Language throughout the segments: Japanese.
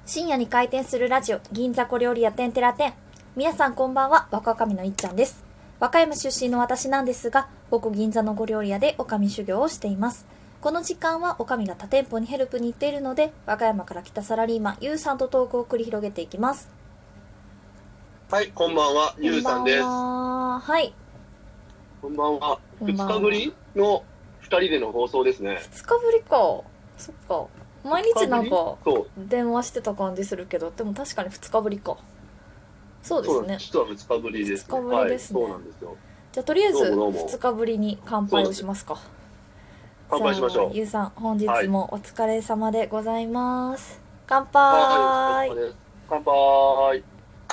深夜に開店するラジオ銀座小料理屋てんてら店。皆さんこんばんは、若女将のいっちゃんです。和歌山出身の私なんですが、ここ銀座の小料理屋で女将修行をしています。この時間は女将が他店舗にヘルプに行っているので、和歌山から来たサラリーマンゆうさんとトークを繰り広げていきます。 はい、こんばんは、ゆうさんです。 はい。 こんばんは。2日ぶりの2人での放送ですね。 2日ぶりか。そっか。毎日なんかそう電話してた感じするけど、でも確かに2日ぶりか。そうですね。 実は2日ぶりですね。 2日ぶりですね。 はい、そうなんですよ。 じゃあとりあえずどうも 2日ぶりに乾杯をしますか。 乾杯しましょう。 ゆうさん、本日もお疲れ様でございます。乾杯。 はい、お疲れ様です。乾杯。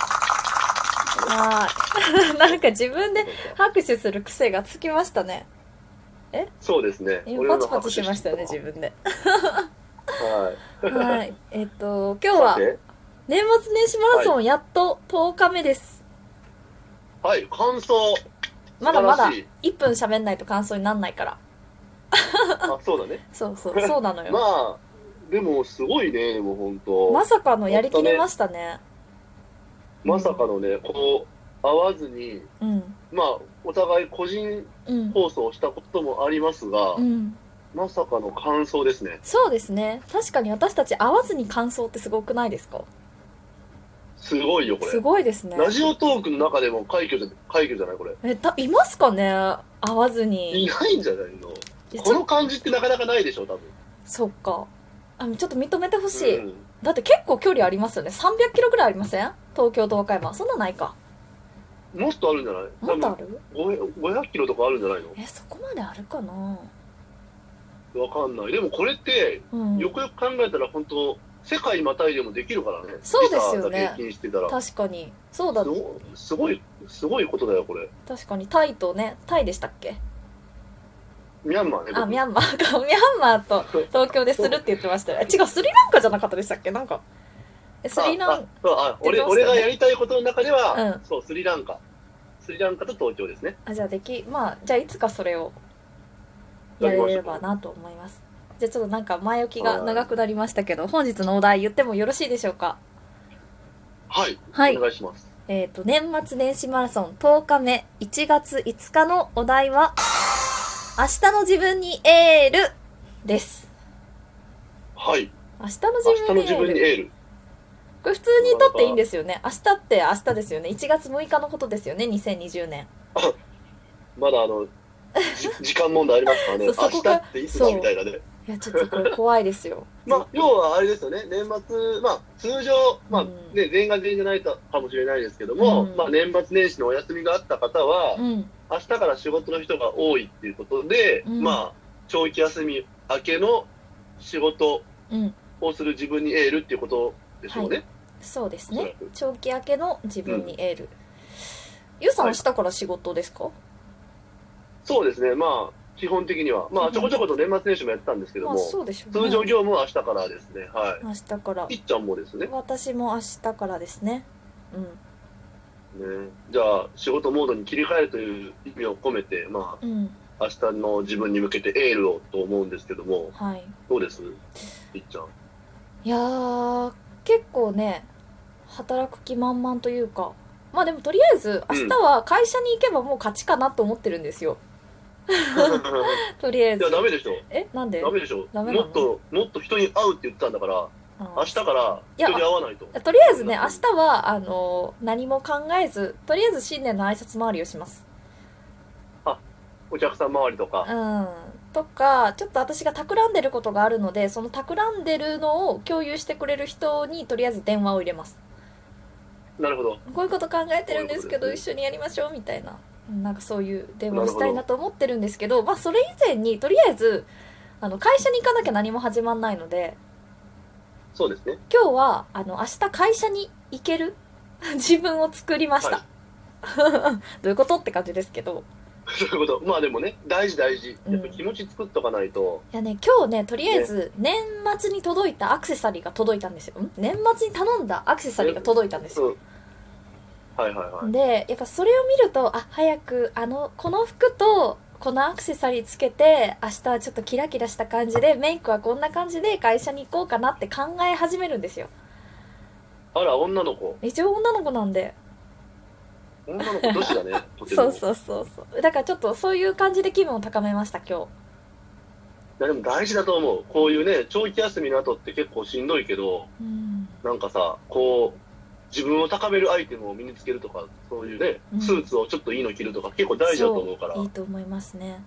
なんか自分で拍手する癖がつきましたね。 そうですね。 今パチパチしましたよね、自分で。 はい。 はい。今日は年末年始マラソンやっと10日目です。 はい、感想。 まだまだ1分喋んないと感想になんないから。 あ、そうだね。 そうなのよ。 まあ、でもすごいね、もう本当。 まさかのやりきりましたね。 まさかのね、こう、会わずに、まあ、お互い個人放送したこともありますが、まさかの感想ですね。 そうですね。確かに私たち会わずに感想ってすごくないですか？ すごいよ、これ。 すごいですね。 ラジオトークの中でも快挙じゃないこれ。 いますかね？会わずに。 いないんじゃないの？この感じってなかなかないでしょ、多分。 そっか。ちょっと認めてほしい。だって結構距離ありますよね。300キロぐらいありません？東京と和歌山。そんなないか。 もっとあるんじゃない？ もっとある？ 500 キロとかあるんじゃないの？ そこまであるかな？ わかんない。でもこれって、よくよく考えたら本当世界またいでもできるからね。 そうですよね。 平均してたら確かに。そうだ。 すごいことだよ、これ。 確かに。タイとね、タイでしたっけ？ ミャンマーね。 ミャンマーか。ミャンマーと東京でするって言ってましたよ。違う、スリランカじゃなかったでしたっけ？なんか。スリランカ。 俺がやりたいことの中では、そう、スリランカと東京ですね。 じゃあじゃあいつかそれをやれればなと思います。じゃあちょっとなんか前置きが長くなりましたけど、本日のお題言ってもよろしいでしょうか？ はい、お願いします。 年末年始マラソン10日目1月5日のお題は明日の自分にエールです。 はい。 明日の自分にエール。これ普通にとっていいんですよね。明日って明日ですよね。1月6日のことですよね、2020年。 まだ時間問題ありますからね。明日っていつだみたいなね。 いや、ちょっとこれ怖いですよ。 要はあれですよね、年末、通常、全員が全員じゃないかもしれないですけども、年末年始のお休みがあった方は、明日から仕事の人が多いっていうことで、長期休み明けの仕事をする自分にエールっていうことでしょうね。 そうですね。長期明けの自分にエール。ゆうさん、明日から仕事ですか？ そうですね、基本的には。ちょこちょこと年末年始もやってたんですけども、通常業務は明日からですね。はい。 明日から。 いっちゃんもですね。 私も明日からですね。 じゃあ、仕事モードに切り替えるという意味を込めて、明日の自分に向けてエールをと思うんですけども、どうです？いっちゃん。 いやー、結構ね、働く気満々というか、でもとりあえず明日は会社に行けばもう勝ちかなと思ってるんですよ。とりあえず。 いや、ダメでしょ。 なんで？ ダメでしょ。もっと人に会うって言ってたんだから、明日から人に会わないと。 とりあえずね、明日は何も考えず、とりあえず新年の挨拶回りをします。 お客さん周りとか。 とか、ちょっと私が企んでることがあるので、その企んでるのを共有してくれる人にとりあえず電話を入れます。 なるほど。 こういうこと考えてるんですけど、一緒にやりましょうみたいな。なんかそういう電話をしたいなと思ってるんですけど、それ以前にとりあえず会社に行かなきゃ何も始まんないので、 そうですね。 今日は明日会社に行ける自分を作りました。どういうことって感じですけど。 そういうこと。でもね、大事。やっぱ気持ち作っとかないと。 いやね、今日ね、とりあえず年末に届いたアクセサリーが届いたんですよ。年末に頼んだアクセサリーが届いたんですよ。で、やっぱそれを見ると、早くこの服とこのアクセサリーつけて明日はちょっとキラキラした感じで、メイクはこんな感じで会社に行こうかなって考え始めるんですよ。 あら、女の子。 一応女の子なんで。 女の子女子だね。とても。 そうだからちょっとそういう感じで気分を高めました今日。 いやでも大事だと思う。こういうね、長期休みの後って結構しんどいけど、なんかさ、こう、自分を高めるアイテムを身につけるとか、そういうね、スーツをちょっといいの着るとか結構大事だと思うから。 いいと思いますね。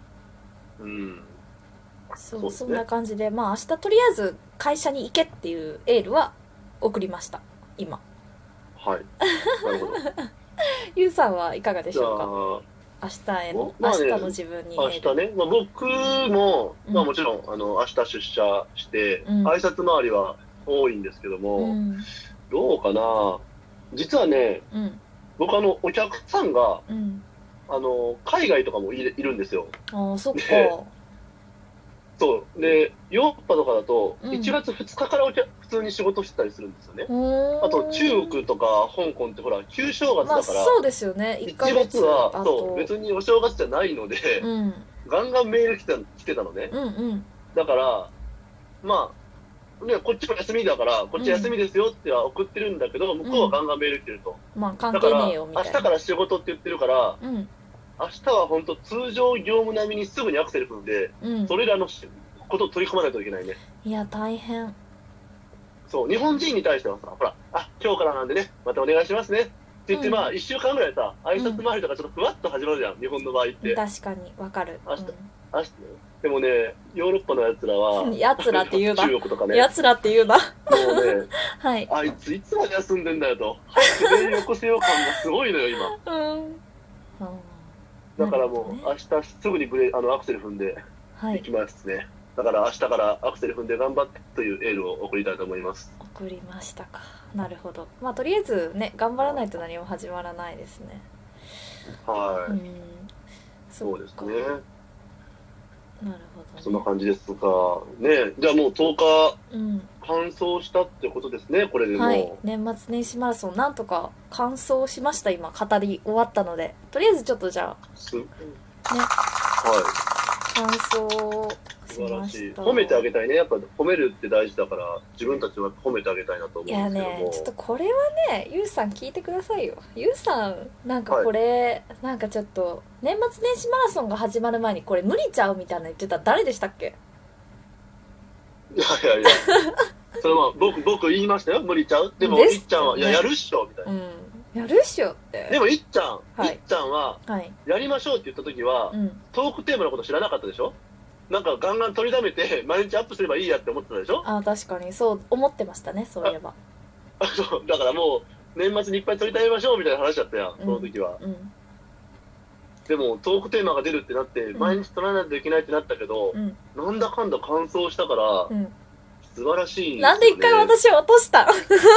そんな感じで、まあ明日とりあえず会社に行けっていうエールは送りました今。 はい。なるほど。 ゆうさんはいかがでしょうか。明日への、明日の自分に明日ね、僕も、もちろん明日出社して、挨拶回りは多いんですけども、どうかな。実はね、僕お客さんが、海外とかもいるんですよ。 ああ、そっか。 そうで、ヨーロッパとかだと1月2日から普通に仕事してたりするんですよね。あと中国とか香港ってほら旧正月だから、 そうですよね。 1月はそう別にお正月じゃないので、ガンガンメール来てたのね。だからまあね、こっちも休みだからこっち休みですよっては送ってるんだけど、向こうはガンガンメール来てると。 まあ関係ねえよみたいな。 明日から仕事って言ってるから、明日は本当通常業務並みにすぐにアクセル踏んで、それらのことを取り込まないといけないね。 いや大変。 そう日本人に対してはさ、ほら、今日からなんでね、またお願いしますねって言って、1週間ぐらいさ、挨拶回りとかちょっとふわっと始まるじゃん、日本の場合って。 確かにわかる。 明日でもね、ヨーロッパのやつらはやつらって言うな。 中国とかね、 やつらって言うな。もうね、あいついつまで休んでんだよと、早くよこせよ感がすごいのよ今。だからもう明日すぐにアクセル踏んでいきますね。だから明日からアクセル踏んで頑張ってというエールを送りたいと思います。 送りましたか。なるほど。まあとりあえずね、頑張らないと何も始まらないですね。 はい。そうですね。 なるほど、 そんな感じですが、ね、じゃあもう10日完走したってことですね、これでも。 年末年始マラソンなんとか完走しました。今語り終わったので、とりあえずちょっとじゃあね、完走しました。 褒めてあげたいね。やっぱ褒めるって大事だから、自分たちは褒めてあげたいなと思うんですけども。 いやね、ちょっとこれはね、ゆうさん聞いてくださいよ。ゆうさんなんかこれ、なんかちょっと年末年始マラソンが始まる前にこれ無理ちゃうみたいな言ってた誰でしたっけ？ いやそれは僕言いましたよ、無理ちゃう。でもいっちゃんは、いややるっしょみたいな。 やるっしょって。 でもいっちゃんはやりましょうって言った時は、トークテーマのこと知らなかったでしょ。なんかガンガン取りだめて毎日アップすればいいやって思ってたでしょ。 確かにそう思ってましたね、そういえば。 そうだからもう年末にいっぱい取りためましょうみたいな話だったやん、その時は。でもトークテーマが出るってなって毎日取らないといけないってなったけど、なんだかんだ完走したから、素晴らしいですよね。 なんで一回私落としたなんで一回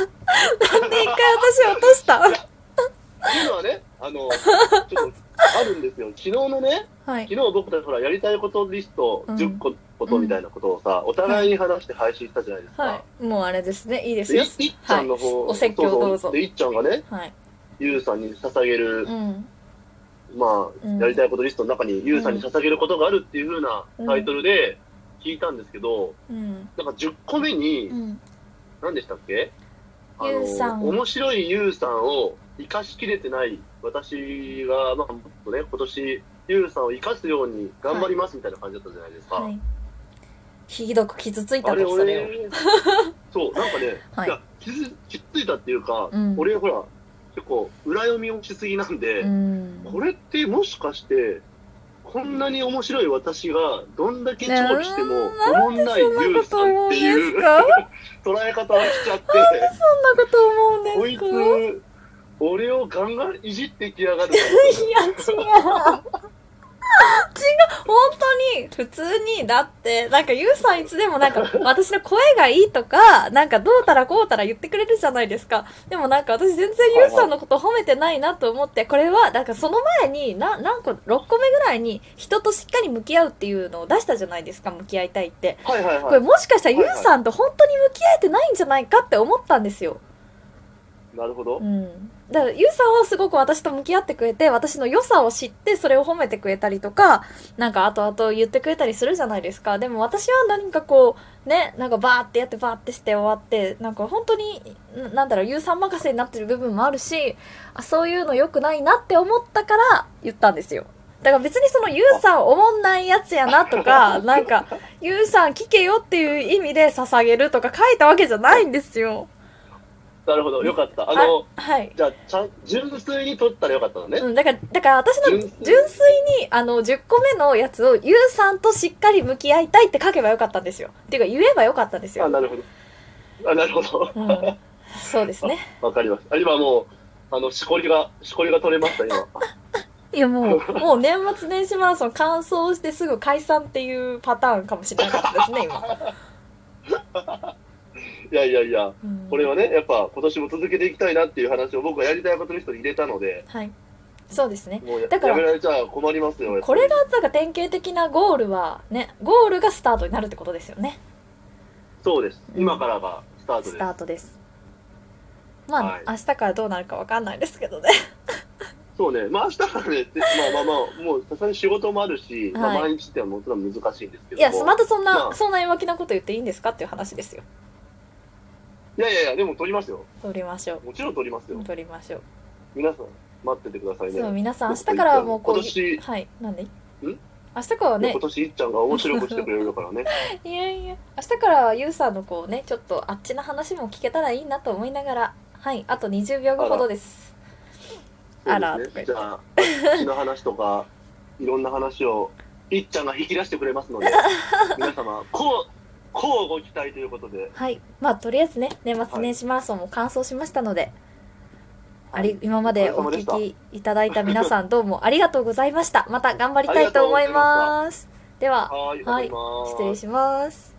私落としたっていうのはね、ちょっとあるんですよ。昨日のね、昨日僕たちほらやりたいことリスト10ことみたいなことをさ、お互いに話して配信したじゃないですか。 もうあれですね、いいですよ。いっちゃんの方、 お説教どうぞ。 でいっちゃんがね、ゆうさんに捧げる、まあやりたいことリストの中にゆうさんに捧げることがあるっていう風なタイトルで聞いたんですけど、なんか10個目に何でしたっけ？面白いゆうさんを生かしきれてない私が、もっとね、今年ゆうさんを生かすように頑張りますみたいな感じだったじゃないですか。 ひどく傷ついたとそれを。 そうなんかね、いや傷ついたっていうか、俺ほら結構裏読みをしすぎなんで、これってもしかしてこんなに面白い私がどんだけ調理してもおもんないゆうさんっていう捉え方をしちゃって、 なんでそんなこと思うんですか？ こいつ俺をガンガンいじってきやがる。いや違う本当に普通に。だってなんかゆうさんいつでもなんか私の声がいいとかなんかどうたらこうたら言ってくれるじゃないですか。でもなんか私全然ゆうさんのこと褒めてないなと思って、これはなんかその前に何個6個目ぐらいに人としっかり向き合うっていうのを出したじゃないですか。向き合いたいって、これもしかしたらゆうさんと本当に向き合えてないんじゃないかって思ったんですよ。 なるほど。 だからゆうさんはすごく私と向き合ってくれて、私の良さを知ってそれを褒めてくれたりとか、なんか後々言ってくれたりするじゃないですか。でも私は何かこうね、なんかバーってやってバーってして終わって、なんか本当になんだろう、ゆうさん任せになってる部分もあるし、あ、そういうの良くないなって思ったから言ったんですよ。だから別にそのゆうさんおもんないやつやなとか、なんかゆうさん聞けよっていう意味で捧げるとか書いたわけじゃないんですよ。 なるほど、よかった。 はい。 じゃあ、純粋に取ったらよかったのね。 うん、だから私の純粋に、10個目のやつを、ゆうさんとしっかり向き合いたいって書けばよかったんですよ。っていうか、言えばよかったんですよ。 あ、なるほど。あ、なるほど。 うん、そうですね。 わかります。今もう、しこりが取れました、今。 いや、もう年末年始マラソン完走してすぐ解散っていうパターンかもしれなかったですね、今。 いやいやいや、これはね、やっぱ今年も続けていきたいなっていう話を僕がやりたいことリストに入れたので、 はい。そうですね。 もうだからやめられちゃ困りますよ。 これがなんか典型的なゴールはね、ゴールがスタートになるってことですよね。 そうです。今からがスタートです。 スタートです。まあ、はい、明日からどうなるかわかんないですけどね。 そうね、まあ明日からね、まあ、もうさすがに仕事もあるし、はい、まあ毎日ってはもちろん難しいんですけども。 いや、またそんな弱気なこと言っていいんですかっていう話ですよ。 いやいやいや、でも撮りますよ。 撮りましょう。 もちろん撮りますよ。 撮りましょう。 皆さん、待っててくださいね。 そう、皆さん、明日からはもうこう、 今年、 はい、なんで明日からはね、 今年いっちゃんが面白くしてくれるからね。 いやいや、明日からはゆうさんのこうね、ちょっとあっちの話も聞けたらいいなと思いながら、はい、あと20秒後ほどです。 あら、じゃあ、あっちの話とか、いろんな話を、いっちゃんが引き出してくれますので、皆様、こうご期待ということで。 はい。まあ、とりあえずね、年末年始マラソンも完走しましたので、はい、今までお聞きいただいた皆さんどうもありがとうございました。また頑張りたいと思います。では、はい、失礼します。